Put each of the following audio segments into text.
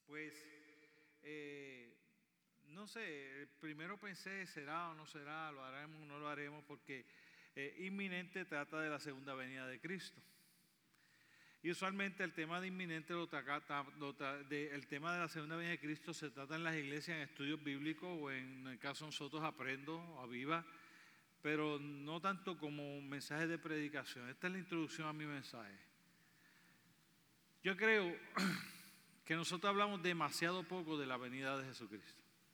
Pues, no sé, primero pensé, ¿será o no será? ¿Lo haremos o no lo haremos? Porque inminente trata de la segunda venida de Cristo. Y usualmente el tema de inminente, el tema de la segunda venida de Cristo se trata en las iglesias en estudios bíblicos o en el caso de nosotros Aprendo, a Viva, pero no tanto como mensaje de predicación. Esta es la introducción a mi mensaje. Yo creo que nosotros hablamos demasiado poco de la venida de Jesucristo.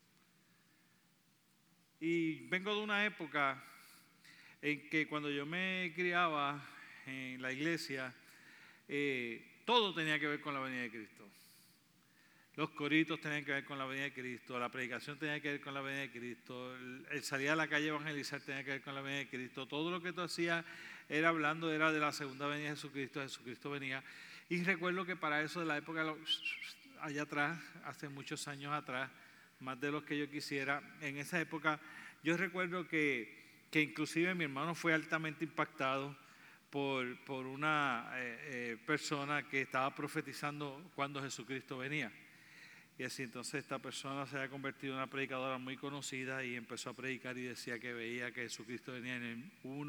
Y vengo de una época en que cuando yo me criaba en la iglesia, todo tenía que ver con la venida de Cristo. Los coritos tenían que ver con la venida de Cristo, la predicación tenía que ver con la venida de Cristo, el salir a la calle a evangelizar tenía que ver con la venida de Cristo. Todo lo que tú hacías era de la segunda venida de Jesucristo. Jesucristo venía. Y recuerdo que para eso de la época allá atrás, hace muchos años atrás, más de los que yo quisiera, en esa época yo recuerdo que inclusive mi hermano fue altamente impactado por una persona que estaba profetizando cuando Jesucristo venía. Y así entonces esta persona se había convertido en una predicadora muy conocida y empezó a predicar y decía que veía que Jesucristo venía en el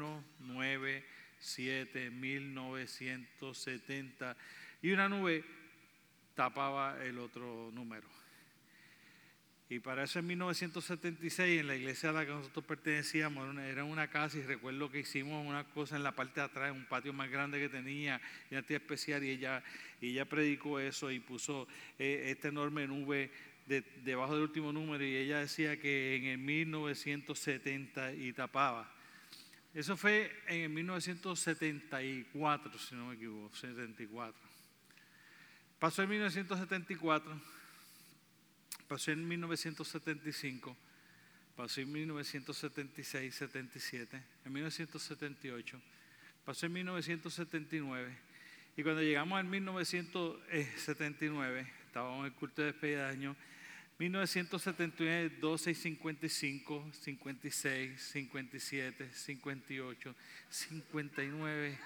1970 y una nube tapaba el otro número. Y para eso en 1976 en la iglesia a la que nosotros pertenecíamos era una casa y recuerdo que hicimos una cosa en la parte de atrás, un patio más grande que tenía, y una tía especial y ella predicó eso y puso esta enorme nube debajo del último número y ella decía que en el 1970 y tapaba. Eso fue en el 1974, si no me equivoco, 74. Pasó en 1974. Pasó en 1975, pasó en 1976, 77, en 1978, pasó en 1979 y cuando llegamos en 1979, estábamos en el culto de despedida de año, 1979, 12 y 55, 56, 57, 58, 59,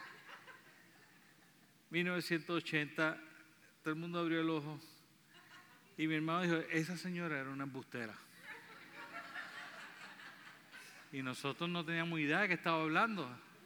1980, todo el mundo abrió el ojo. Y mi hermano dijo, esa señora era una embustera. Y nosotros no teníamos idea de qué estaba hablando.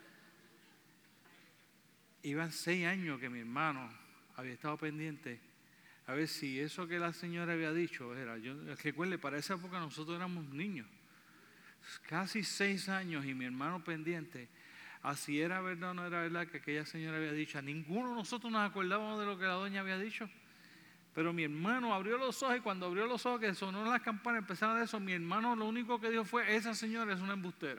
Iban 6 años que mi hermano había estado pendiente a ver si eso que la señora había dicho era. Recuerde, para esa época nosotros éramos niños. Casi 6 años y mi hermano pendiente. Así era verdad o no era verdad que aquella señora había dicho. A ninguno de nosotros nos acordábamos de lo que la doña había dicho. Pero mi hermano abrió los ojos y cuando abrió los ojos que sonó las campanas, empezaron a eso, mi hermano lo único que dijo fue, esa señora es una embustera.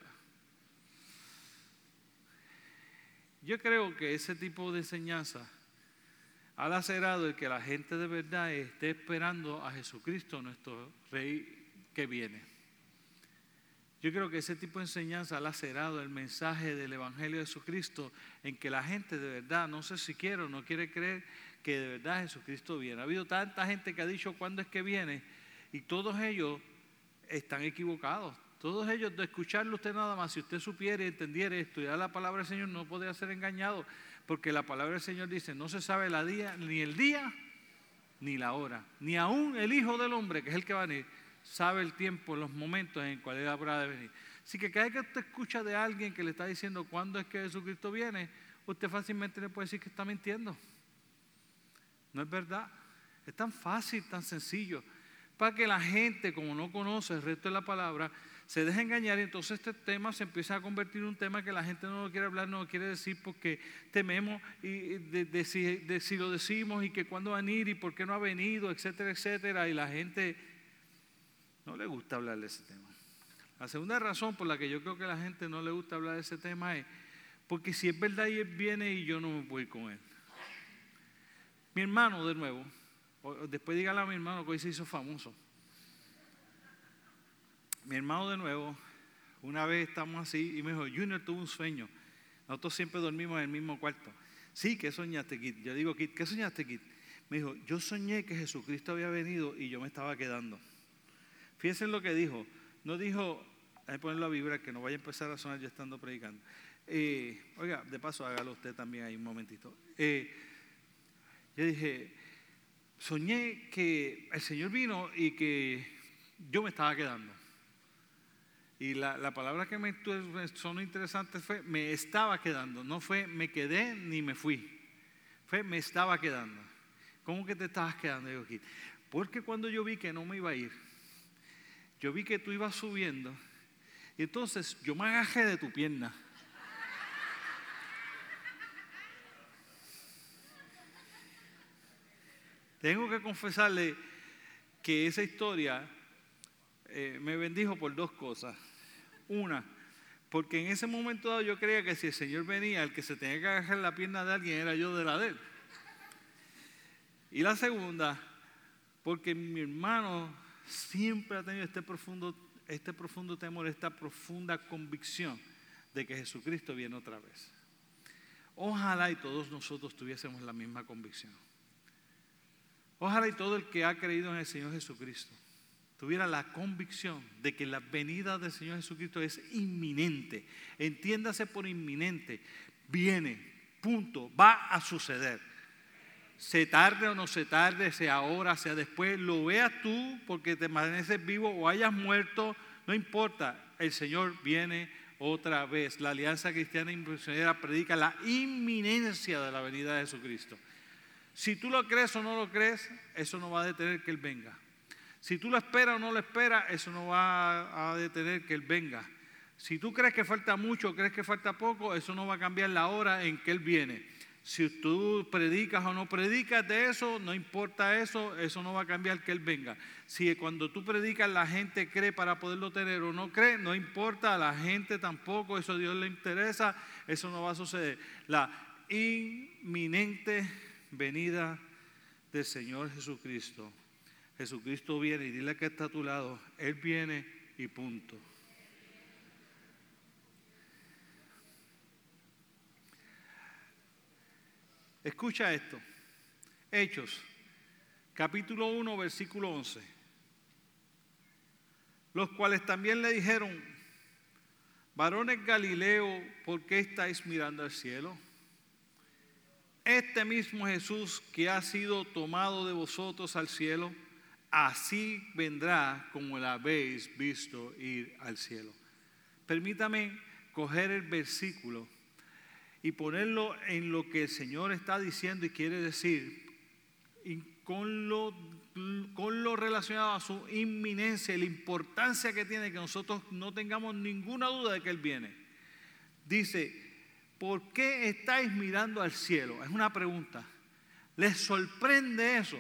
Yo creo que ese tipo de enseñanza ha lacerado el que la gente de verdad esté esperando a Jesucristo, nuestro Rey que viene. Yo creo que ese tipo de enseñanza ha lacerado el mensaje del Evangelio de Jesucristo en que la gente de verdad no sé si quiere o no quiere creer que de verdad Jesucristo viene. Ha habido tanta gente que ha dicho cuándo es que viene y todos ellos están equivocados. Todos ellos, de escucharlo usted nada más, si usted supiera y entendiera y estudiara la palabra del Señor, no podría ser engañado, porque la palabra del Señor dice, no se sabe ni el día ni la hora, ni aún el Hijo del Hombre, que es el que va a venir, sabe el tiempo, los momentos en cuales él habrá de venir. Así que cada vez que usted escucha de alguien que le está diciendo cuándo es que Jesucristo viene, usted fácilmente le puede decir que está mintiendo. No es verdad. Es tan fácil, tan sencillo. Para que la gente, como no conoce el resto de la palabra, se deje engañar y entonces este tema se empieza a convertir en un tema que la gente no lo quiere hablar, no lo quiere decir porque tememos de si lo decimos y que cuándo va a venir y por qué no ha venido, etcétera, etcétera. Y la gente no le gusta hablar de ese tema. La segunda razón por la que yo creo que a la gente no le gusta hablar de ese tema es porque si es verdad y él viene y yo no me voy con él. Mi hermano, de nuevo, después dígale a mi hermano que hoy se hizo famoso. Mi hermano, de nuevo, una vez estamos así y me dijo, Junior tuvo un sueño. Nosotros siempre dormimos en el mismo cuarto. Sí, ¿qué soñaste, Kit? Yo digo, Kit, ¿qué soñaste, Kit? Me dijo, yo soñé que Jesucristo había venido y yo me estaba quedando. Fíjense en lo que dijo. No dijo, hay que ponerlo a vibrar, que no vaya a empezar a sonar yo estando predicando. Oiga, de paso hágalo usted también ahí un momentito. Yo dije, soñé que el Señor vino y que yo me estaba quedando. Y la palabra que me sonó interesante fue me estaba quedando. No fue me quedé ni me fui. Fue me estaba quedando. ¿Cómo que te estabas quedando? Digo aquí. Porque cuando yo vi que no me iba a ir, yo vi que tú ibas subiendo. Y entonces yo me agajé de tu pierna. Tengo que confesarle que esa historia me bendijo por dos cosas. Una, porque en ese momento dado yo creía que si el Señor venía, el que se tenía que agarrar la pierna de alguien era yo de la de él. Y la segunda, porque mi hermano siempre ha tenido este profundo temor, esta profunda convicción de que Jesucristo viene otra vez. Ojalá y todos nosotros tuviésemos la misma convicción. Ojalá y todo el que ha creído en el Señor Jesucristo tuviera la convicción de que la venida del Señor Jesucristo es inminente. Entiéndase por inminente. Viene, punto, va a suceder. Se tarde o no se tarde, sea ahora, sea después, lo veas tú porque te permaneces vivo o hayas muerto, no importa, el Señor viene otra vez. La Alianza Cristiana Misionera predica la inminencia de la venida de Jesucristo. Si tú lo crees o no lo crees, eso no va a detener que Él venga. Si tú lo esperas o no lo esperas, eso no va a detener que Él venga. Si tú crees que falta mucho o crees que falta poco, eso no va a cambiar la hora en que Él viene. Si tú predicas o no predicas de eso, no importa eso, eso no va a cambiar que Él venga. Si cuando tú predicas la gente cree para poderlo tener o no cree, no importa, a la gente tampoco, eso a Dios le interesa, eso no va a suceder. La inminente venida del Señor Jesucristo. Jesucristo viene y dile que está a tu lado, Él viene y punto. Escucha esto. Hechos, capítulo 1, versículo 11. Los cuales también le dijeron, varones Galileo, ¿por qué estáis mirando al cielo? Este mismo Jesús que ha sido tomado de vosotros al cielo, así vendrá como la habéis visto ir al cielo. Permítame coger el versículo y ponerlo en lo que el Señor está diciendo y quiere decir, y con lo relacionado a su inminencia y la importancia que tiene que nosotros no tengamos ninguna duda de que Él viene. Dice, ¿por qué estáis mirando al cielo? Es una pregunta. ¿Les sorprende eso?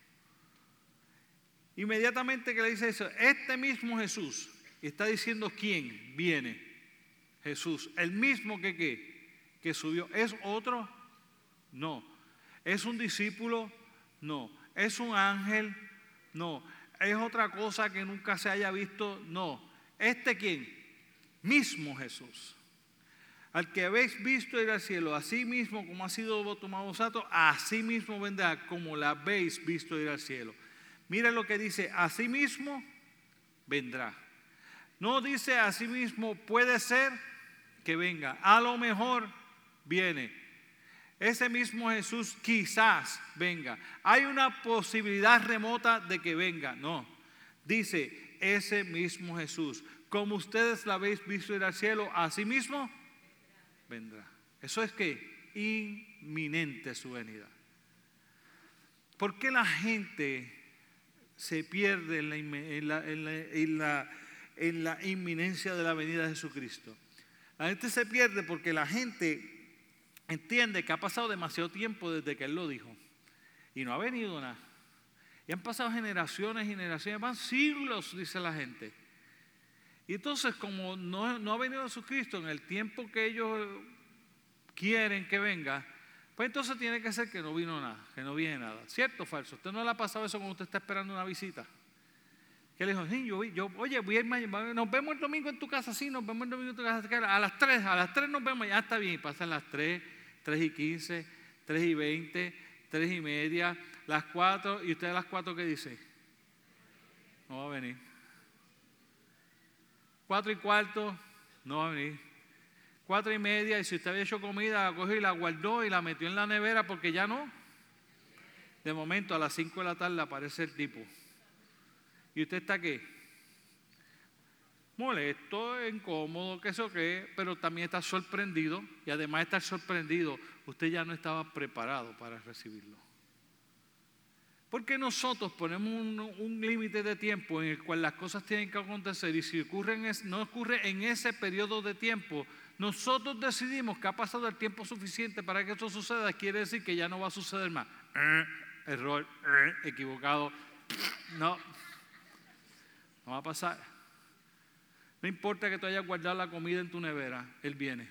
Inmediatamente que le dice eso, este mismo Jesús, está diciendo ¿quién viene? Jesús, el mismo que ¿qué? Que subió. ¿Es otro? No. ¿Es un discípulo? No. ¿Es un ángel? No. ¿Es otra cosa que nunca se haya visto? No. ¿Este quién? Mismo Jesús. Al que habéis visto ir al cielo, así mismo como ha sido tomado vosotros, así mismo vendrá como la habéis visto ir al cielo. Mira lo que dice, así mismo vendrá. No dice así mismo puede ser que venga, a lo mejor viene. Ese mismo Jesús quizás venga. Hay una posibilidad remota de que venga. No, dice ese mismo Jesús. Como ustedes la habéis visto ir al cielo, así mismo vendrá. Eso es que inminente su venida. ¿Por qué la gente se pierde en la inminencia de la venida de Jesucristo? La gente se pierde porque la gente entiende que ha pasado demasiado tiempo desde que Él lo dijo y no ha venido nada. Y han pasado generaciones y generaciones, van siglos, dice la gente. Y entonces, como no ha venido Jesucristo en el tiempo que ellos quieren que venga, pues entonces tiene que ser que no vino nada, que no viene nada. ¿Cierto o falso? ¿Usted no le ha pasado eso cuando usted está esperando una visita? Que le dijo, sí, oye, voy a ir mañana, nos vemos el domingo en tu casa, sí, nos vemos el domingo en tu casa, a las 3 nos vemos, ya está bien, y pasan las 3, 3:15, 3:20, 3:30, las 4, y usted a las 4, ¿qué dice? No va a venir. 4:15, no va a venir. 4:30, y si usted había hecho comida, la cogió y la guardó y la metió en la nevera porque ya no. De momento, a las 5 de la tarde aparece el tipo. ¿Y usted está qué? Molesto, incómodo, que eso qué, pero también está sorprendido. Y además de estar sorprendido, usted ya no estaba preparado para recibirlo. Porque nosotros ponemos un límite de tiempo en el cual las cosas tienen que acontecer, y si no ocurre en ese periodo de tiempo, nosotros decidimos que ha pasado el tiempo suficiente para que eso suceda, quiere decir que ya no va a suceder más. Error, equivocado, no va a pasar. No importa que tú hayas guardado la comida en tu nevera, Él viene.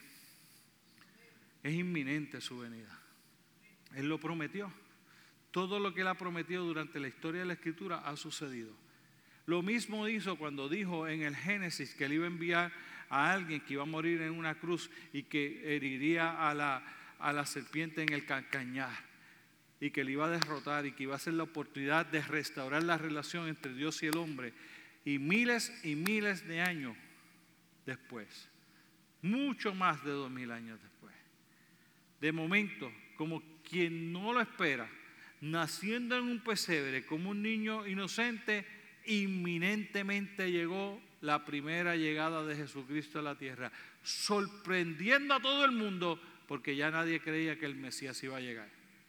Es inminente su venida. Él lo prometió. Todo lo que Él ha prometido durante la historia de la Escritura ha sucedido. Lo mismo hizo cuando dijo en el Génesis que Él iba a enviar a alguien que iba a morir en una cruz y que heriría a la serpiente en el calcañar, y que le iba a derrotar, y que iba a ser la oportunidad de restaurar la relación entre Dios y el hombre. Y miles de años después, mucho más de 2000 años después, de momento, como quien no lo espera, naciendo en un pesebre como un niño inocente, inminentemente llegó la primera llegada de Jesucristo a la tierra, sorprendiendo a todo el mundo, porque ya nadie creía que el Mesías iba a llegar.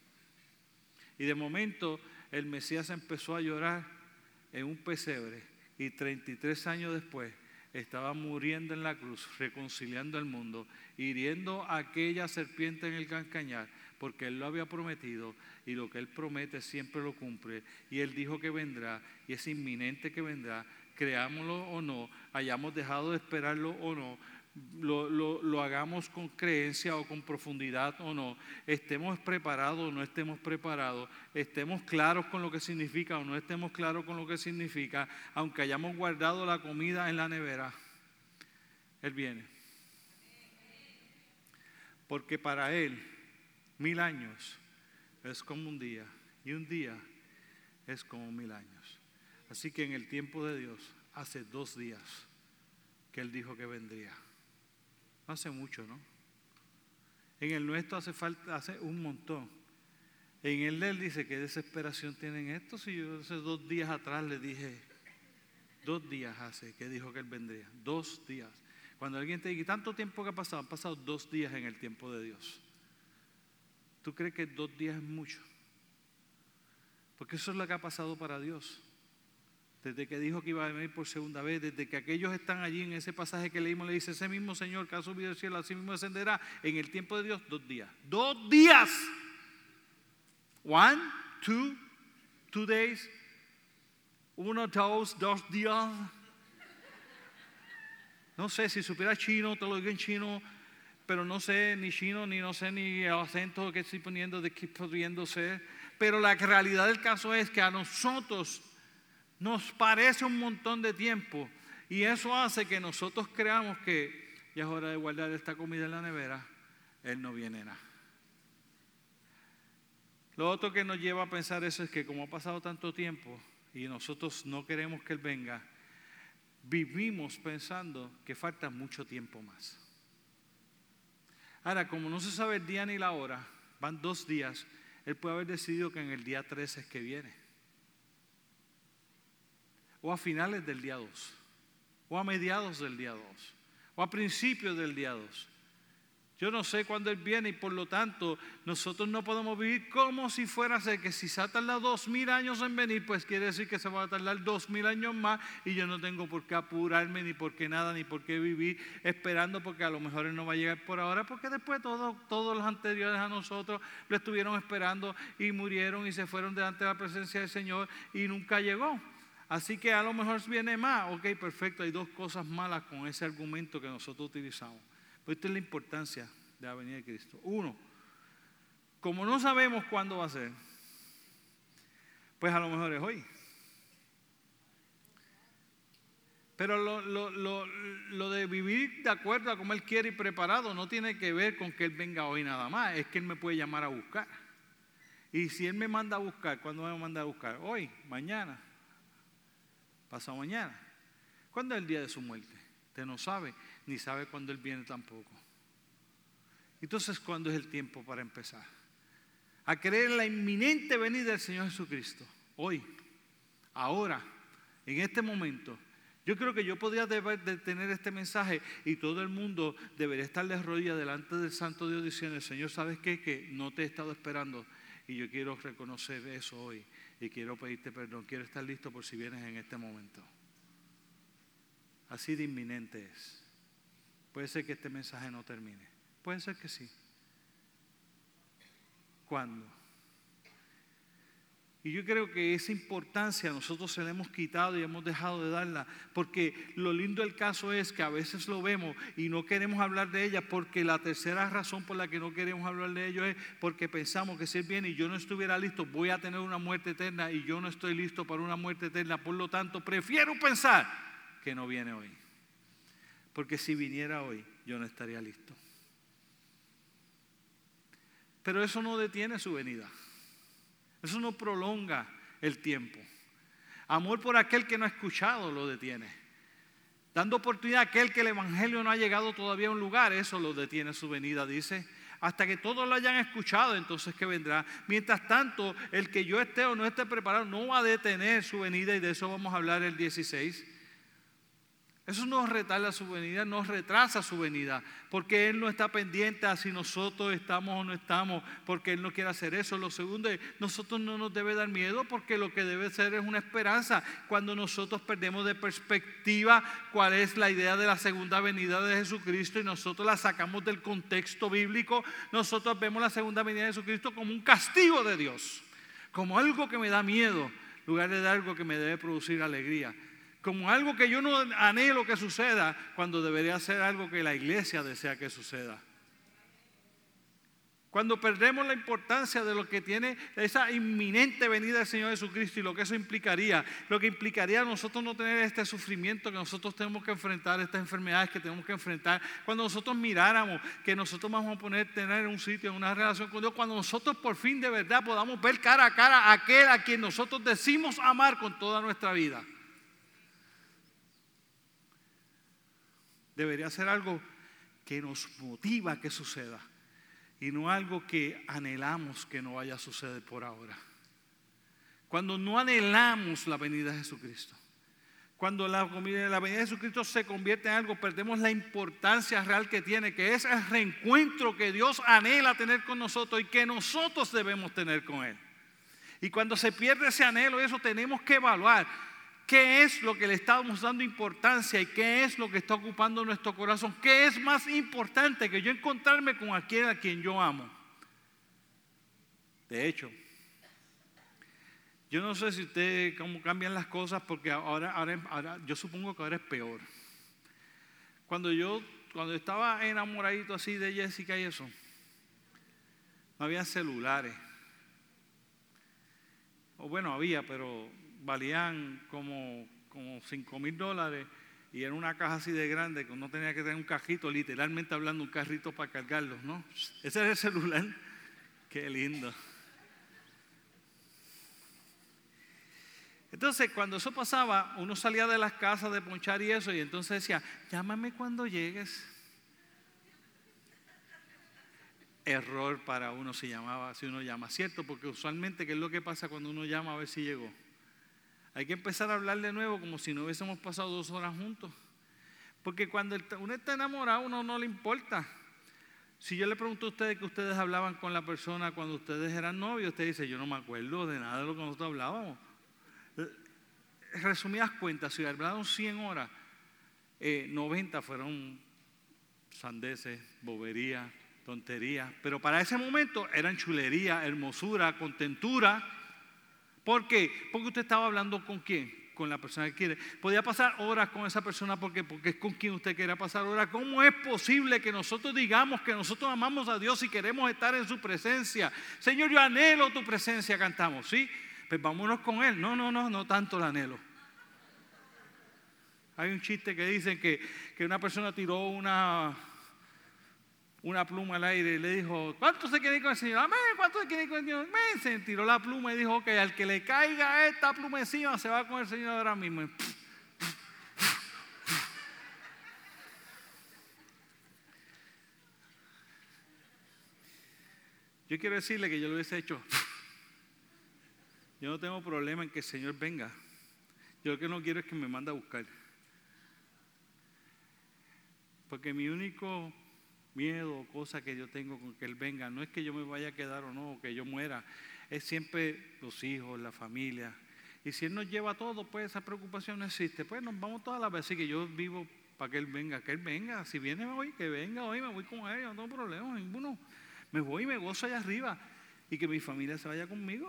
Y de momento el Mesías empezó a llorar en un pesebre, y 33 años después estaba muriendo en la cruz, reconciliando el mundo, hiriendo a aquella serpiente en el calcañar, porque Él lo había prometido, y lo que Él promete siempre lo cumple. Y Él dijo que vendrá, y es inminente que vendrá, creámoslo o no, hayamos dejado de esperarlo o no, lo hagamos con creencia o con profundidad o no, estemos preparados o no estemos preparados, estemos claros con lo que significa o no estemos claros con lo que significa, aunque hayamos guardado la comida en la nevera, Él viene. Porque para Él 1000 años es como un día, y un día es como 1000 años. Así que en el tiempo de Dios, hace 2 días que Él dijo que vendría. No hace mucho, ¿no? En el nuestro hace un montón. En el de Él dice, ¿qué desesperación tienen estos? Si yo hace 2 días atrás le dije, 2 días hace que dijo que Él vendría. 2 días. Cuando alguien te dice, ¿tanto tiempo que ha pasado? Han pasado 2 días en el tiempo de Dios. ¿Tú crees que 2 días es mucho? Porque eso es lo que ha pasado para Dios. Desde que dijo que iba a venir por segunda vez, desde que aquellos están allí en ese pasaje que leímos, le dice, ese mismo Señor que ha subido al cielo, así mismo descenderá. En el tiempo de Dios, 2 días. 2 días. 1, 2 days. 1, 2 días. No sé, si supiera chino, te lo digo en chino, pero no sé ni chino, ni no sé ni el acento que estoy poniendo de qué pudiendo ser. Pero la realidad del caso es que a nosotros nos parece un montón de tiempo, y eso hace que nosotros creamos que ya es hora de guardar esta comida en la nevera. Él no viene nada. Lo otro que nos lleva a pensar eso es que como ha pasado tanto tiempo y nosotros no queremos que Él venga, vivimos pensando que falta mucho tiempo más. Ahora, como no se sabe el día ni la hora, van 2 días, Él puede haber decidido que en el día 13 es que viene, o a finales del día 2, o a mediados del día 2, o a principios del día 2. Yo no sé cuándo Él viene, y por lo tanto nosotros no podemos vivir como si fuera a ser que si se ha tardado 2000 años en venir, pues quiere decir que se va a tardar 2000 años más, y yo no tengo por qué apurarme, ni por qué nada, ni por qué vivir esperando, porque a lo mejor Él no va a llegar por ahora, porque después todos los anteriores a nosotros lo estuvieron esperando y murieron y se fueron delante de la presencia del Señor y nunca llegó. Así que a lo mejor viene más. Ok, perfecto, hay 2 cosas malas con ese argumento que nosotros utilizamos. Pues esta es la importancia de la venida de Cristo. 1, como no sabemos cuándo va a ser, pues a lo mejor es hoy. Pero lo de vivir de acuerdo a como Él quiere y preparado no tiene que ver con que Él venga hoy nada más. Es que Él me puede llamar a buscar. Y si Él me manda a buscar, ¿cuándo me manda a buscar? Hoy, mañana, pasado mañana. ¿Cuándo es el día de su muerte? Usted no sabe, ni sabe cuándo Él viene tampoco. Entonces, ¿cuándo es el tiempo para empezar? a creer en la inminente venida del Señor Jesucristo. Hoy, ahora, en este momento, yo creo que yo podría tener este mensaje y todo el mundo debería estar de rodillas delante del Santo Dios diciendo: Señor, ¿sabes qué? Que no te he estado esperando y yo quiero reconocer eso hoy y quiero pedirte perdón, quiero estar listo por si vienes en este momento. Así de inminente es. Puede ser que este mensaje no termine, puede ser que sí. ¿Cuándo? Y yo creo que esa importancia nosotros se la hemos quitado y hemos dejado de darla, porque lo lindo del caso es que a veces lo vemos y no queremos hablar de ella, porque la tercera razón por la que no queremos hablar de ello es porque pensamos que si Él viene y yo no estuviera listo, voy a tener una muerte eterna y yo no estoy listo para una muerte eterna. Por lo tanto, prefiero pensar que no viene hoy, porque si viniera hoy, yo no estaría listo. Pero eso no detiene su venida. Eso no prolonga el tiempo. Amor por aquel que no ha escuchado lo detiene. Dando oportunidad a aquel que el evangelio no ha llegado todavía a un lugar, eso lo detiene su venida, dice. Hasta que todos lo hayan escuchado, entonces que vendrá. Mientras tanto, el que yo esté o no esté preparado no va a detener su venida, y de eso vamos a hablar el 16. Eso no retarda su venida, no retrasa su venida, porque Él no está pendiente a si nosotros estamos o no estamos, porque Él no quiere hacer eso. Lo segundo es, nosotros no nos debe dar miedo, porque lo que debe ser es una esperanza. Cuando nosotros perdemos de perspectiva cuál es la idea de la segunda venida de Jesucristo y nosotros la sacamos del contexto bíblico, nosotros vemos la segunda venida de Jesucristo como un castigo de Dios, como algo que me da miedo, en lugar de algo que me debe producir alegría. Como algo que yo no anhelo que suceda, cuando debería ser algo que la iglesia desea que suceda. Cuando perdemos la importancia de lo que tiene esa inminente venida del Señor Jesucristo y lo que eso implicaría, lo que implicaría nosotros no tener este sufrimiento que nosotros tenemos que enfrentar, estas enfermedades que tenemos que enfrentar, cuando nosotros miráramos que nosotros vamos a tener un sitio, una relación con Dios, cuando nosotros por fin de verdad podamos ver cara a cara a aquel a quien nosotros decimos amar con toda nuestra vida. Debería ser algo que nos motiva a que suceda y no algo que anhelamos que no vaya a suceder por ahora. Cuando no anhelamos la venida de Jesucristo, cuando la venida de Jesucristo se convierte en algo, perdemos la importancia real que tiene, que es el reencuentro que Dios anhela tener con nosotros y que nosotros debemos tener con Él. Y cuando se pierde ese anhelo, eso tenemos que evaluar. ¿Qué es lo que le estamos dando importancia y qué es lo que está ocupando nuestro corazón? ¿Qué es más importante que yo encontrarme con aquel a quien yo amo? De hecho, yo no sé si usted cómo cambian las cosas, porque ahora yo supongo que ahora es peor. Cuando estaba enamoradito así de Jessica y eso, no había celulares. O bueno, había, pero valían como $5,000 y era una caja así de grande que uno tenía que tener un cajito, literalmente hablando, un carrito para cargarlos, ¿no? Ese era el celular. Qué lindo. Entonces, cuando eso pasaba, uno salía de las casas de ponchar y eso, y entonces decía: llámame cuando llegues. Error para uno si uno llama, ¿cierto? Porque usualmente, ¿qué es lo que pasa cuando uno llama a ver si llegó? Hay que empezar a hablar de nuevo como si no hubiésemos pasado 2 horas juntos. Porque cuando uno está enamorado, a uno no le importa. Si yo le pregunto a ustedes que ustedes hablaban con la persona cuando ustedes eran novios, usted dice: yo no me acuerdo de nada de lo que nosotros hablábamos. Resumidas cuentas, si hablaron 100 horas, 90 fueron sandeces, boberías, tonterías. Pero para ese momento eran chulería, hermosura, contentura. ¿Por qué? Porque usted estaba hablando ¿con quién? Con la persona que quiere. Podía pasar horas con esa persona porque es con quien usted quiera pasar horas. ¿Cómo es posible que nosotros digamos que nosotros amamos a Dios y queremos estar en su presencia? Señor, yo anhelo tu presencia, cantamos, ¿sí? Pues vámonos con Él. No tanto la anhelo. Hay un chiste que dicen que una persona tiró una pluma al aire y le dijo: ¿cuántos se quieren ir con el Señor? Amén. ¿Cuántos se quieren ir con el Señor? Amén. Se tiró la pluma y dijo: ok, al que le caiga esta pluma encima se va con el Señor ahora mismo. Yo quiero decirle que yo lo hubiese hecho. Yo no tengo problema en que el Señor venga. Yo lo que no quiero es que me mande a buscar. Porque mi único miedo o cosa que yo tengo con que Él venga no es que yo me vaya a quedar o no, o que yo muera. Es siempre los hijos, la familia. Y si Él nos lleva todo, pues esa preocupación no existe. Pues nos vamos todas las veces. Así que yo vivo para que Él venga. Que Él venga. Si viene hoy, que venga hoy. Me voy con Él. No tengo problema ninguno. Me voy y me gozo allá arriba. Y que mi familia se vaya conmigo.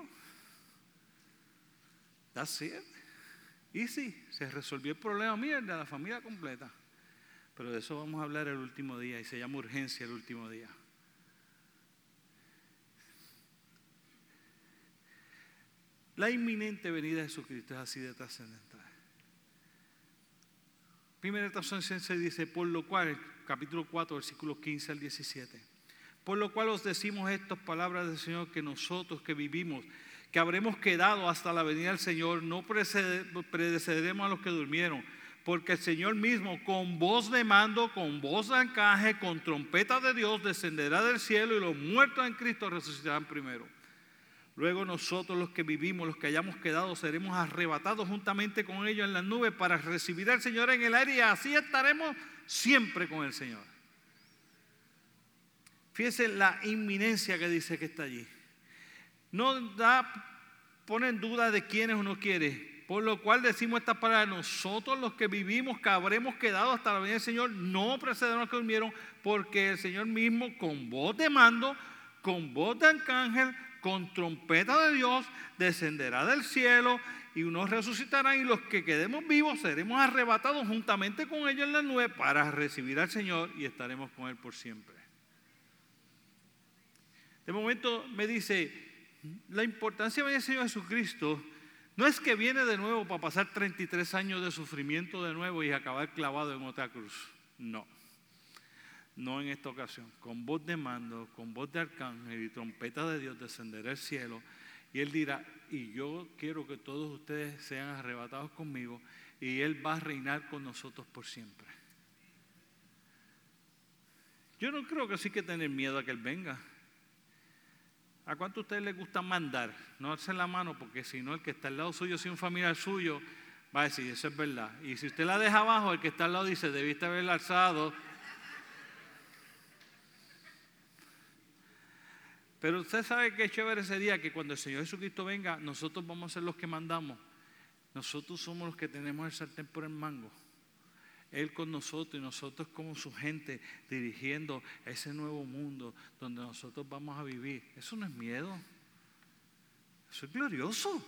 That's it. Y sí, se resolvió el problema mío, el de la familia completa. Pero de eso vamos a hablar el último día. Y se llama urgencia el último día. La inminente venida de Jesucristo es así de trascendental. Primera Tesalonicenses dice, por lo cual, capítulo 4, versículos 15 al 17. Por lo cual os decimos estas palabras del Señor, que nosotros que vivimos, que habremos quedado hasta la venida del Señor, no precederemos a los que durmieron, porque el Señor mismo, con voz de mando, con voz de arcángel, con trompeta de Dios, descenderá del cielo, y los muertos en Cristo resucitarán primero. Luego nosotros, los que vivimos, los que hayamos quedado, seremos arrebatados juntamente con ellos en las nubes para recibir al Señor en el aire, y así estaremos siempre con el Señor. Fíjense la inminencia que dice que está allí. No pone en duda de quiénes uno quiere. Por lo cual decimos esta palabra: nosotros los que vivimos, que habremos quedado hasta la venida del Señor, no precederemos a los que durmieron, porque el Señor mismo, con voz de mando, con voz de arcángel, con trompeta de Dios, descenderá del cielo, y unos resucitarán, y los que quedemos vivos seremos arrebatados juntamente con ellos en la nube para recibir al Señor, y estaremos con Él por siempre. De momento me dice, la importancia del Señor Jesucristo no es que viene de nuevo para pasar 33 años de sufrimiento de nuevo y acabar clavado en otra cruz. No en esta ocasión. Con voz de mando, con voz de arcángel y trompeta de Dios descenderá al cielo, y Él dirá, y yo quiero que todos ustedes sean arrebatados conmigo, y Él va a reinar con nosotros por siempre. Yo no creo que sí que tener miedo a que Él venga. ¿A cuánto a ustedes les gusta mandar? No alcen la mano, porque si no, el que está al lado suyo, si un familiar suyo, va a decir, eso es verdad. Y si usted la deja abajo, el que está al lado dice, debiste haberla alzado. Pero usted sabe que es chévere ese día, que cuando el Señor Jesucristo venga, nosotros vamos a ser los que mandamos. Nosotros somos los que tenemos el sartén por el mango. Él con nosotros y nosotros como su gente, dirigiendo ese nuevo mundo donde nosotros vamos a vivir. Eso no es miedo, eso es glorioso.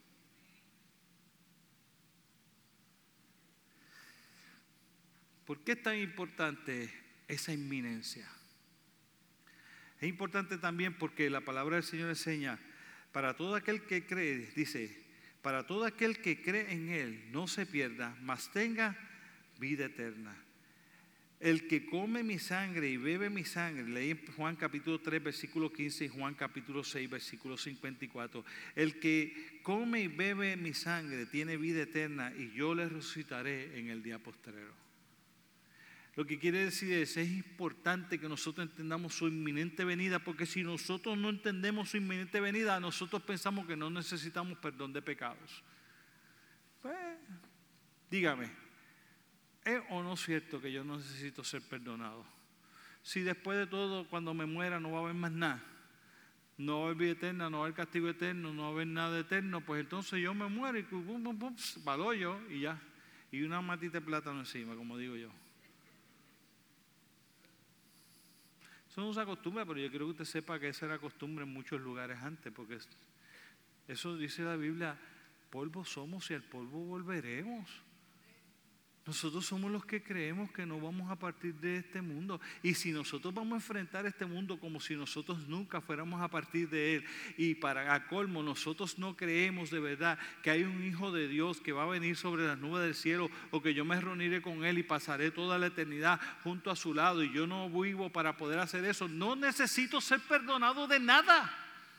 ¿Por qué es tan importante esa inminencia? Es importante también porque la palabra del Señor enseña, para todo aquel que cree, dice, para todo aquel que cree en Él no se pierda, mas tenga vida eterna. El que come mi sangre y bebe mi sangre, leí en Juan capítulo 3 versículo 15 y Juan capítulo 6 versículo 54, el que come y bebe mi sangre tiene vida eterna, y yo le resucitaré en el día postrero. Lo que quiere decir es importante que nosotros entendamos su inminente venida, porque si nosotros no entendemos su inminente venida, nosotros pensamos que no necesitamos perdón de pecados. Pues, dígame, ¿es o no cierto que yo no necesito ser perdonado? Si después de todo, cuando me muera, no va a haber más nada, no va a haber vida eterna, no va a haber castigo eterno, no va a haber nada eterno, pues entonces yo me muero y való yo y ya. Y una matita de plátano encima, como digo yo. Eso no se acostumbra, pero yo quiero que usted sepa que esa era costumbre en muchos lugares antes, porque eso dice la Biblia, polvo somos y al polvo volveremos. Nosotros somos los que creemos que no vamos a partir de este mundo. Y si nosotros vamos a enfrentar este mundo como si nosotros nunca fuéramos a partir de él, y para a colmo nosotros no creemos de verdad que hay un Hijo de Dios que va a venir sobre las nubes del cielo, o que yo me reuniré con él y pasaré toda la eternidad junto a su lado, y yo no vivo para poder hacer eso, no necesito ser perdonado de nada.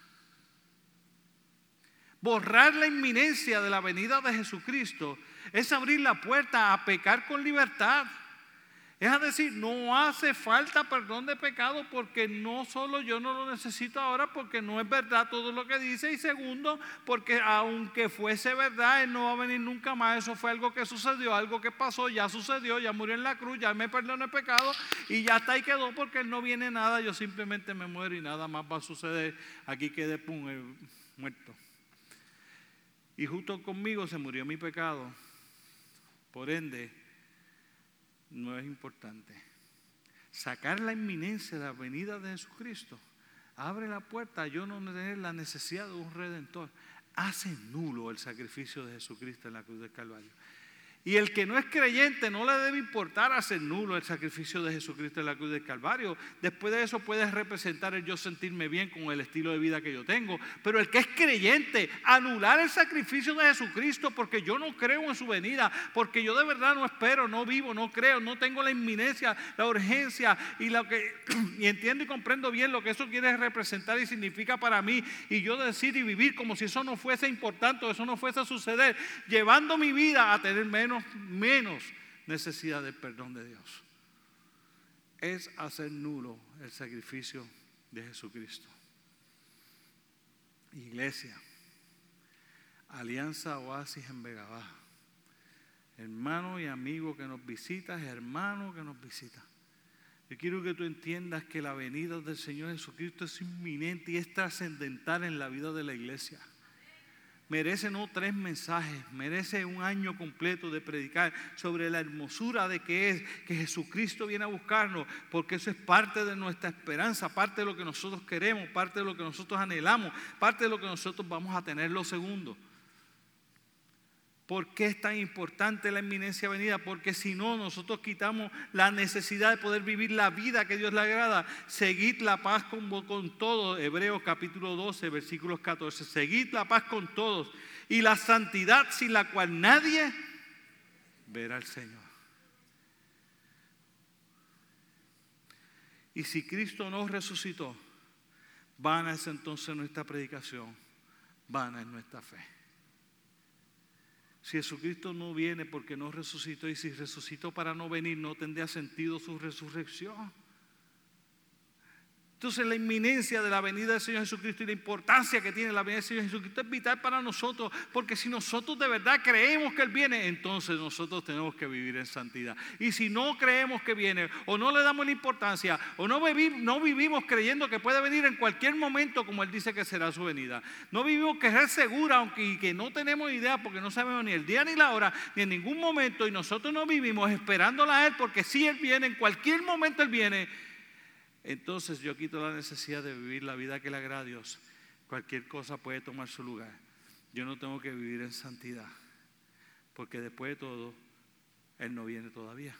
Borrar la inminencia de la venida de Jesucristo es abrir la puerta a pecar con libertad. Es a decir, no hace falta perdón de pecado porque no solo yo no lo necesito ahora porque no es verdad todo lo que dice, y segundo, porque aunque fuese verdad, Él no va a venir nunca más. Eso fue algo que sucedió, algo que pasó, ya sucedió, ya murió en la cruz, ya me perdonó el pecado y ya está ahí quedó, porque Él no viene nada, yo simplemente me muero y nada más va a suceder. Aquí quedé muerto. Y justo conmigo se murió mi pecado, por ende, no es importante. Sacar la inminencia de la venida de Jesucristo abre la puerta a yo no tener la necesidad de un redentor. Hace nulo el sacrificio de Jesucristo en la cruz del Calvario. Y el que no es creyente no le debe importar hacer nulo el sacrificio de Jesucristo en la cruz del Calvario. Después de eso puede representar el yo sentirme bien con el estilo de vida que yo tengo. Pero el que es creyente, anular el sacrificio de Jesucristo porque yo no creo en su venida, porque yo de verdad no espero, no vivo, no creo, no tengo la inminencia, la urgencia y entiendo y comprendo bien lo que eso quiere representar y significa para mí. Y yo decido vivir como si eso no fuese importante o eso no fuese a suceder, llevando mi vida a tener menos necesidad del perdón de Dios. Es hacer nulo el sacrificio de Jesucristo. Iglesia, Alianza Oasis en Vega Baja, hermano y amigo que nos visitas, hermano que nos visita, yo quiero que tú entiendas que la venida del Señor Jesucristo es inminente y es trascendental en la vida de la iglesia. Merece no 3 mensajes, merece un año completo de predicar sobre la hermosura de que es que Jesucristo viene a buscarnos, porque eso es parte de nuestra esperanza, parte de lo que nosotros queremos, parte de lo que nosotros anhelamos, parte de lo que nosotros vamos a tener. Lo segundo, ¿por qué es tan importante la inminencia venida? Porque si no, nosotros quitamos la necesidad de poder vivir la vida que Dios le agrada. Seguid la paz con todos. Hebreos capítulo 12, versículos 14. Seguid la paz con todos y la santidad sin la cual nadie verá al Señor. Y si Cristo no resucitó, vana es entonces nuestra predicación, vana es nuestra fe. Si Jesucristo no viene porque no resucitó, y si resucitó para no venir, no tendría sentido su resurrección. Entonces la inminencia de la venida del Señor Jesucristo y la importancia que tiene la venida del Señor Jesucristo es vital para nosotros, porque si nosotros de verdad creemos que Él viene, entonces nosotros tenemos que vivir en santidad. Y si no creemos que viene, o no le damos la importancia, o no vivimos creyendo que puede venir en cualquier momento como Él dice que será su venida, no vivimos que es segura, aunque que no tenemos idea porque no sabemos ni el día ni la hora, ni en ningún momento, y nosotros no vivimos esperándola a Él, porque si Él viene, en cualquier momento Él viene, entonces yo quito la necesidad de vivir la vida que le agrada a Dios. Cualquier cosa puede tomar su lugar. Yo no tengo que vivir en santidad, porque después de todo, Él no viene todavía.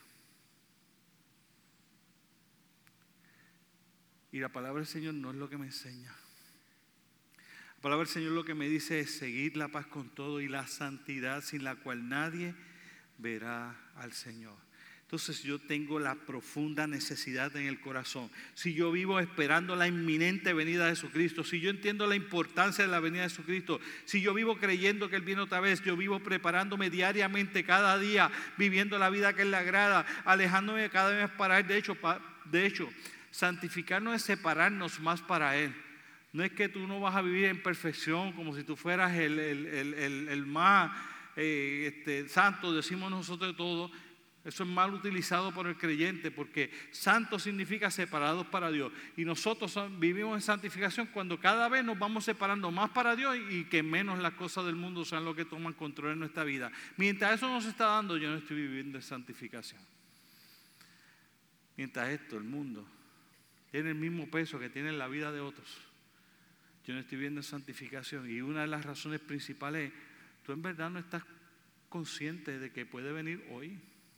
Y la palabra del Señor no es lo que me enseña. La palabra del Señor lo que me dice es seguir la paz con todo y la santidad sin la cual nadie verá al Señor. Entonces yo tengo la profunda necesidad en el corazón. Si yo vivo esperando la inminente venida de Jesucristo, si yo entiendo la importancia de la venida de Jesucristo, si yo vivo creyendo que Él viene otra vez, yo vivo preparándome diariamente, cada día, viviendo la vida que Él le agrada, alejándome cada vez para Él. De hecho, santificarnos es separarnos más para Él. No es que tú no vas a vivir en perfección como si tú fueras el más santo, decimos nosotros de todo. Eso es mal utilizado por el creyente, porque santo significa separados para Dios. Y nosotros vivimos en santificación cuando cada vez nos vamos separando más para Dios y que menos las cosas del mundo sean lo que toman control en nuestra vida. Mientras eso nos está dando, yo no estoy viviendo en santificación. Mientras esto, el mundo, tiene el mismo peso que tiene en la vida de otros, yo no estoy viviendo en santificación. Y una de las razones principales es, tú en verdad no estás consciente de que puede venir hoy.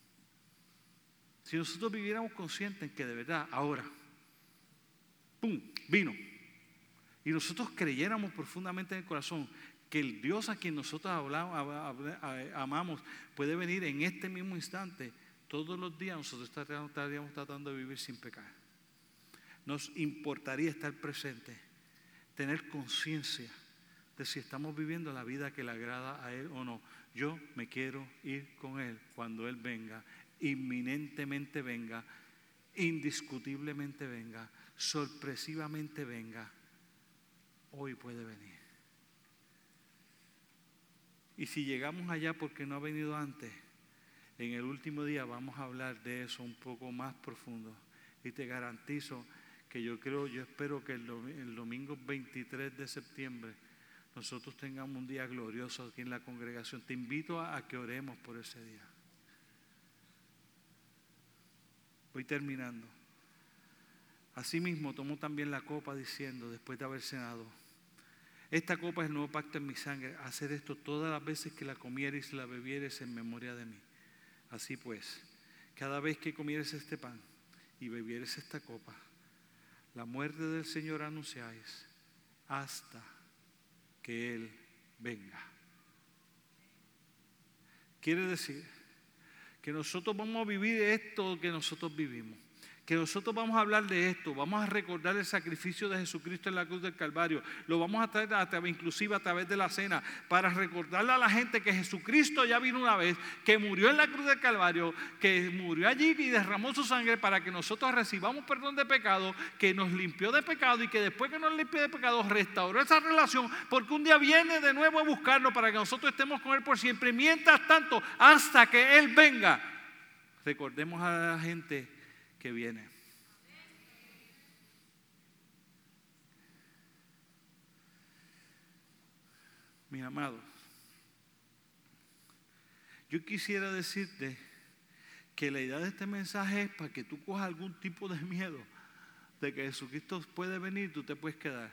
Si nosotros viviéramos conscientes en que de verdad, ahora, ¡pum!, vino. Y nosotros creyéramos profundamente en el corazón que el Dios a quien nosotros amamos puede venir en este mismo instante, todos los días nosotros estaríamos tratando de vivir sin pecar. Nos importaría estar presentes, tener conciencia de si estamos viviendo la vida que le agrada a Él o no. Yo me quiero ir con Él cuando Él venga inminentemente venga, indiscutiblemente venga, sorpresivamente venga, hoy puede venir. Y si llegamos allá porque no ha venido antes, en el último día vamos a hablar de eso un poco más profundo. Y te garantizo que yo espero que el domingo 23 de septiembre nosotros tengamos un día glorioso aquí en la congregación. Te invito a que oremos por ese día. Voy terminando. Asimismo, tomó también la copa diciendo, después de haber cenado, esta copa es el nuevo pacto en mi sangre. Haced esto todas las veces que la comiereis y la bebiereis en memoria de mí. Así pues, cada vez que comiereis este pan y bebiereis esta copa, la muerte del Señor anunciáis hasta que Él venga. Quiere decir que nosotros vamos a vivir esto que nosotros vivimos. Que nosotros vamos a hablar de esto, vamos a recordar el sacrificio de Jesucristo en la cruz del Calvario, lo vamos a traer inclusive a través de la cena, para recordarle a la gente que Jesucristo ya vino una vez, que murió en la cruz del Calvario, que murió allí y derramó su sangre para que nosotros recibamos perdón de pecado, que nos limpió de pecado y que después que nos limpió de pecado restauró esa relación, porque un día viene de nuevo a buscarnos para que nosotros estemos con Él por siempre. Mientras tanto, hasta que Él venga, recordemos a la gente que viene. Mis amados, yo quisiera decirte que la idea de este mensaje es para que tú cojas algún tipo de miedo de que Jesucristo puede venir, tú te puedes quedar.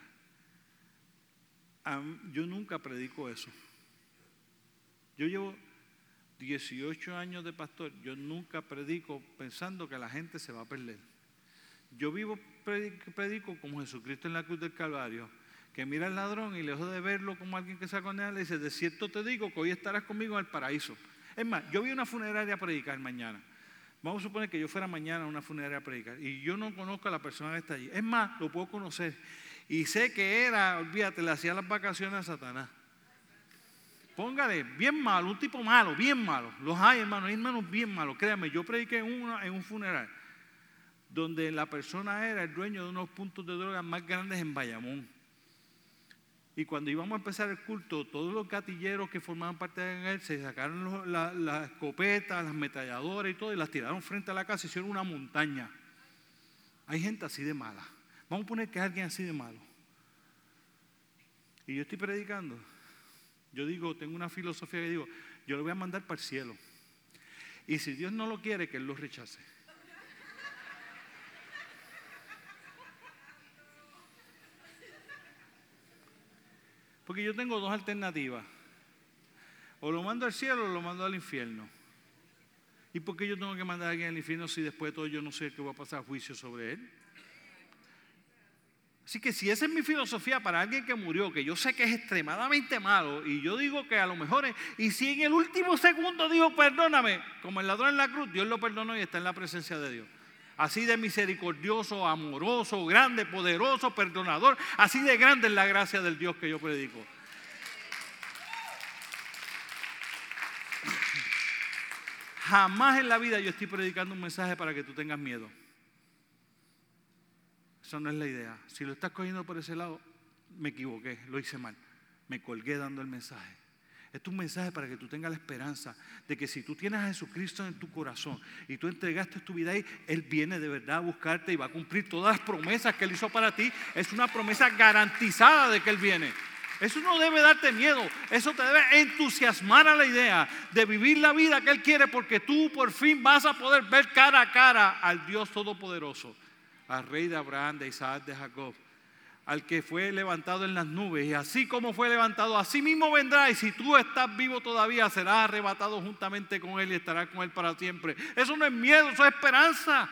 Yo nunca predico eso. Yo llevo 18 años de pastor, yo nunca predico pensando que la gente se va a perder. Yo predico como Jesucristo en la cruz del Calvario, que mira al ladrón y lejos de verlo como alguien que se condena, le dice, de cierto te digo que hoy estarás conmigo en el paraíso. Es más, yo vi una funeraria a predicar mañana. Vamos a suponer que yo fuera mañana a una funeraria a predicar y yo no conozco a la persona que está allí. Es más, lo puedo conocer y sé que olvídate, le hacía las vacaciones a Satanás. Póngale, bien malo, un tipo malo, bien malo. Los hay, hermanos, hay hermanos bien malos. Créanme, yo prediqué en un funeral donde la persona era el dueño de unos puntos de droga más grandes en Bayamón. Y cuando íbamos a empezar el culto, todos los gatilleros que formaban parte de él se sacaron las escopetas, las ametralladoras y todo, y las tiraron frente a la casa y hicieron una montaña. Hay gente así de mala. Vamos a poner que es alguien así de malo. Y yo estoy predicando. Yo digo, tengo una filosofía que digo, yo lo voy a mandar para el cielo. Y si Dios no lo quiere, que Él lo rechace. Porque yo tengo dos alternativas. O lo mando al cielo o lo mando al infierno. ¿Y por qué yo tengo que mandar a alguien al infierno si después de todo yo no sé qué va a pasar juicio sobre él? Así que si esa es mi filosofía para alguien que murió, que yo sé que es extremadamente malo, y yo digo que a lo mejor y si en el último segundo digo perdóname, como el ladrón en la cruz, Dios lo perdonó y está en la presencia de Dios. Así de misericordioso, amoroso, grande, poderoso, perdonador, así de grande es la gracia del Dios que yo predico. Jamás en la vida yo estoy predicando un mensaje para que tú tengas miedo. Esa no es la idea. Si lo estás cogiendo por ese lado, me equivoqué, lo hice mal. Me colgué dando el mensaje. Este es un mensaje para que tú tengas la esperanza de que si tú tienes a Jesucristo en tu corazón y tú entregaste tu vida ahí, Él viene de verdad a buscarte y va a cumplir todas las promesas que Él hizo para ti. Es una promesa garantizada de que Él viene. Eso no debe darte miedo, eso te debe entusiasmar a la idea de vivir la vida que Él quiere, porque tú por fin vas a poder ver cara a cara al Dios Todopoderoso, al Rey de Abraham, de Isaac, de Jacob, al que fue levantado en las nubes, y así como fue levantado, así mismo vendrá, y si tú estás vivo todavía, serás arrebatado juntamente con Él y estarás con Él para siempre. Eso no es miedo, eso es esperanza.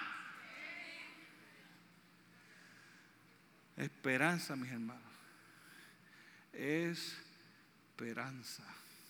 Esperanza, mis hermanos. Esperanza.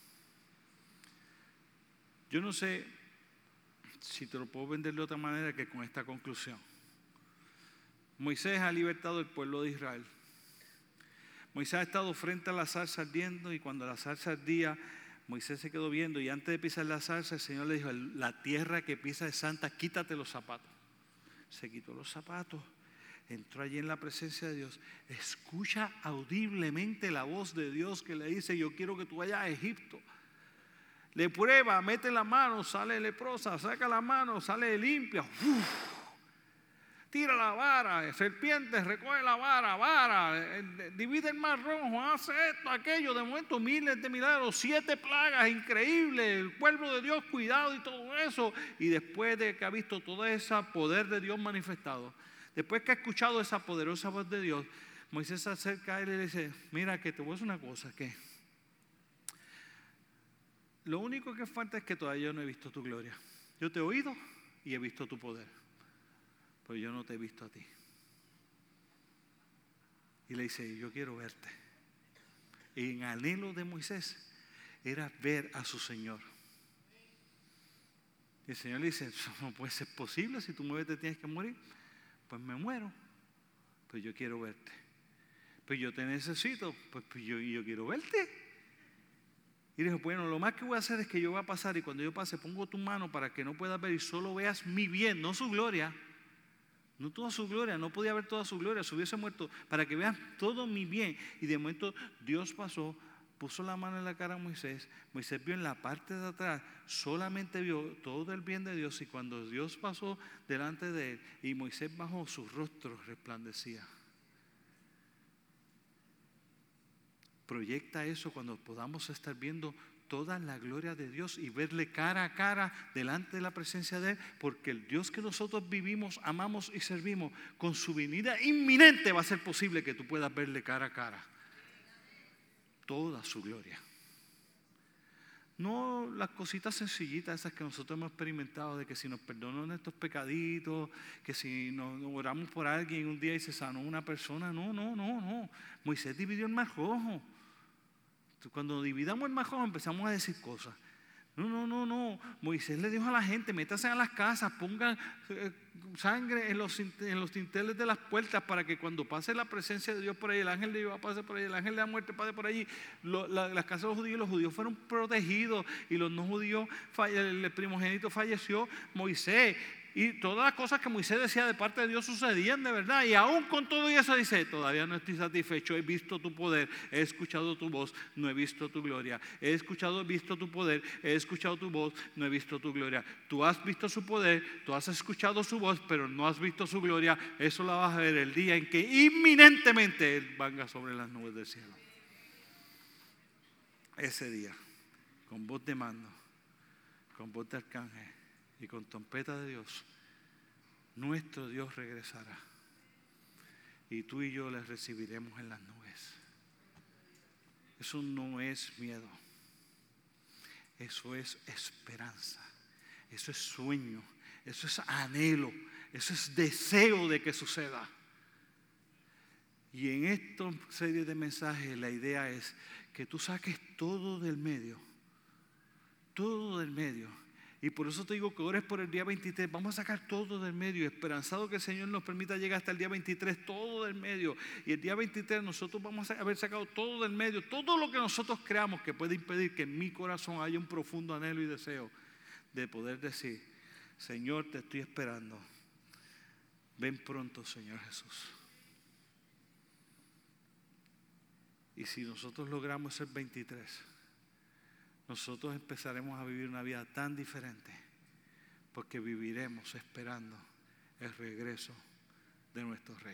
Yo no sé si te lo puedo vender de otra manera que con esta conclusión. Moisés ha libertado al pueblo de Israel. Moisés ha estado frente a la zarza ardiendo, y cuando la zarza ardía, Moisés se quedó viendo y antes de pisar la zarza, el Señor le dijo: la tierra que pisa es santa, quítate los zapatos. Se quitó los zapatos, entró allí en la presencia de Dios, escucha audiblemente la voz de Dios que le dice: yo quiero que tú vayas a Egipto. Le prueba, mete la mano, sale leprosa, saca la mano, sale limpia. Tira la vara, serpientes, recoge la vara, divide el mar rojo, hace esto, aquello. De momento miles de milagros, 7 plagas increíbles, el pueblo de Dios cuidado y todo eso. Y después de que ha visto todo ese poder de Dios manifestado, después que ha escuchado esa poderosa voz de Dios, Moisés se acerca a él y le dice: mira, que te voy a decir una cosa, que lo único que falta es que todavía yo no he visto tu gloria. Yo te he oído y he visto tu poder, pero yo no te he visto a ti. Y le dice: yo quiero verte. Y en anhelo de Moisés era ver a su Señor. Y el Señor le dice: eso no puede ser posible, si tú mueves te tienes que morir. Pues me muero, pues yo quiero verte. Pues yo te necesito, pues yo quiero verte. Y dijo: bueno, lo más que voy a hacer es que yo voy a pasar, y cuando yo pase pongo tu mano para que no puedas ver y solo veas mi bien, no su gloria. No toda su gloria, no podía ver toda su gloria, se hubiese muerto, para que vean todo mi bien. Y de momento Dios pasó, puso la mano en la cara a Moisés. Moisés vio en la parte de atrás, solamente vio todo el bien de Dios. Y cuando Dios pasó delante de él y Moisés bajó, su rostro resplandecía. Proyecta eso cuando podamos estar viendo toda la gloria de Dios y verle cara a cara delante de la presencia de Él, porque el Dios que nosotros vivimos, amamos y servimos, con su venida inminente va a ser posible que tú puedas verle cara a cara toda su gloria. No las cositas sencillitas esas que nosotros hemos experimentado, de que si nos perdonan nuestros pecaditos, que si nos oramos por alguien un día y se sanó una persona. No. Moisés dividió el mar rojo. Cuando dividamos el mar rojo empezamos a decir cosas. No. Moisés le dijo a la gente: métanse a las casas, pongan sangre en los dinteles de las puertas, para que cuando pase la presencia de Dios por ahí, el ángel de Dios pase por ahí, el ángel de la muerte pase por allí. Las casas de los judíos fueron protegidos, y los no judíos, el primogénito falleció. Moisés, y todas las cosas que Moisés decía de parte de Dios sucedían de verdad. Y aún con todo eso dice: todavía no estoy satisfecho, he visto tu poder, he escuchado tu voz, no he visto tu gloria. He visto tu poder, he escuchado tu voz, no he visto tu gloria. Tú has visto su poder, tú has escuchado su voz, pero no has visto su gloria. Eso la vas a ver el día en que inminentemente Él venga sobre las nubes del cielo. Ese día, con voz de mando, con voz de arcángel y con trompeta de Dios, nuestro Dios regresará, y tú y yo le recibiremos en las nubes. Eso no es miedo, eso es esperanza, eso es sueño, eso es anhelo, eso es deseo de que suceda. Y en esta serie de mensajes la idea es que tú saques todo del medio. Y por eso te digo que ores por el día 23. Vamos a sacar todo del medio, esperanzado que el Señor nos permita llegar hasta el día 23, todo del medio. Y el día 23 nosotros vamos a haber sacado todo del medio, todo lo que nosotros creamos que puede impedir que en mi corazón haya un profundo anhelo y deseo de poder decir: Señor, te estoy esperando. Ven pronto, Señor Jesús. Y si nosotros logramos ser 23, nosotros empezaremos a vivir una vida tan diferente, porque viviremos esperando el regreso de nuestro Rey.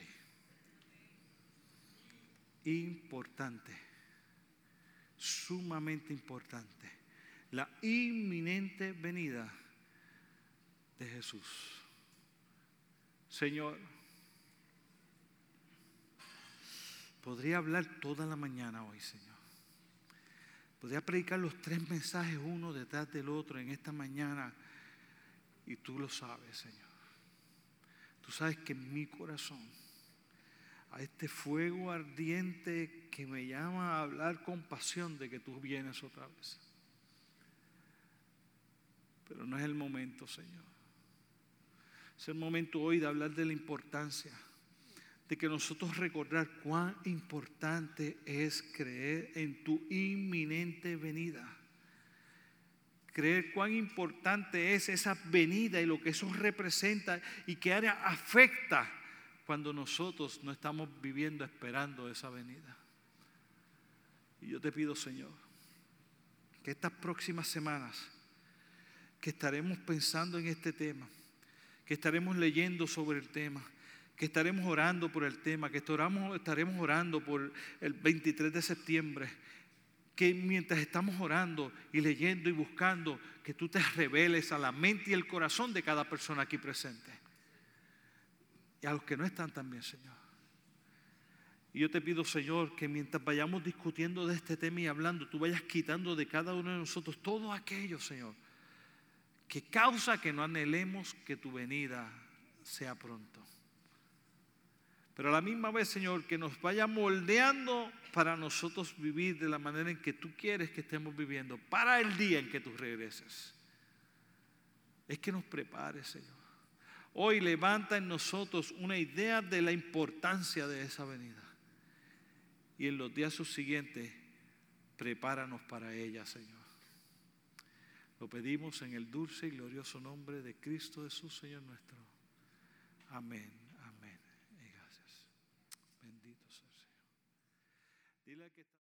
Importante, sumamente importante, la inminente venida de Jesús. Señor, podría hablar toda la mañana hoy, Señor. Podría predicar los 3 mensajes uno detrás del otro en esta mañana, y tú lo sabes, Señor. Tú sabes que en mi corazón hay este fuego ardiente que me llama a hablar con pasión de que tú vienes otra vez. Pero no es el momento, Señor. Es el momento hoy de hablar de la importancia de que nosotros recordar cuán importante es creer en tu inminente venida. creer cuán importante es esa venida y lo que eso representa y qué área afecta cuando nosotros no estamos viviendo esperando esa venida. Y yo te pido, Señor, que estas próximas semanas que estaremos pensando en este tema, que estaremos leyendo sobre el tema, que estaremos orando por el tema, que estaremos orando por el 23 de septiembre, que mientras estamos orando y leyendo y buscando, que tú te reveles a la mente y el corazón de cada persona aquí presente. Y a los que no están también, Señor. Y yo te pido, Señor, que mientras vayamos discutiendo de este tema y hablando, tú vayas quitando de cada uno de nosotros todo aquello, Señor, que causa que no anhelemos que tu venida sea pronto. Pero a la misma vez, Señor, que nos vaya moldeando para nosotros vivir de la manera en que tú quieres que estemos viviendo para el día en que tú regreses. Es que nos prepares, Señor. Hoy levanta en nosotros una idea de la importancia de esa venida. Y en los días subsiguientes, prepáranos para ella, Señor. Lo pedimos en el dulce y glorioso nombre de Cristo Jesús, Señor nuestro. Amén, amén. Y gracias. Bendito sea el Señor. Dile que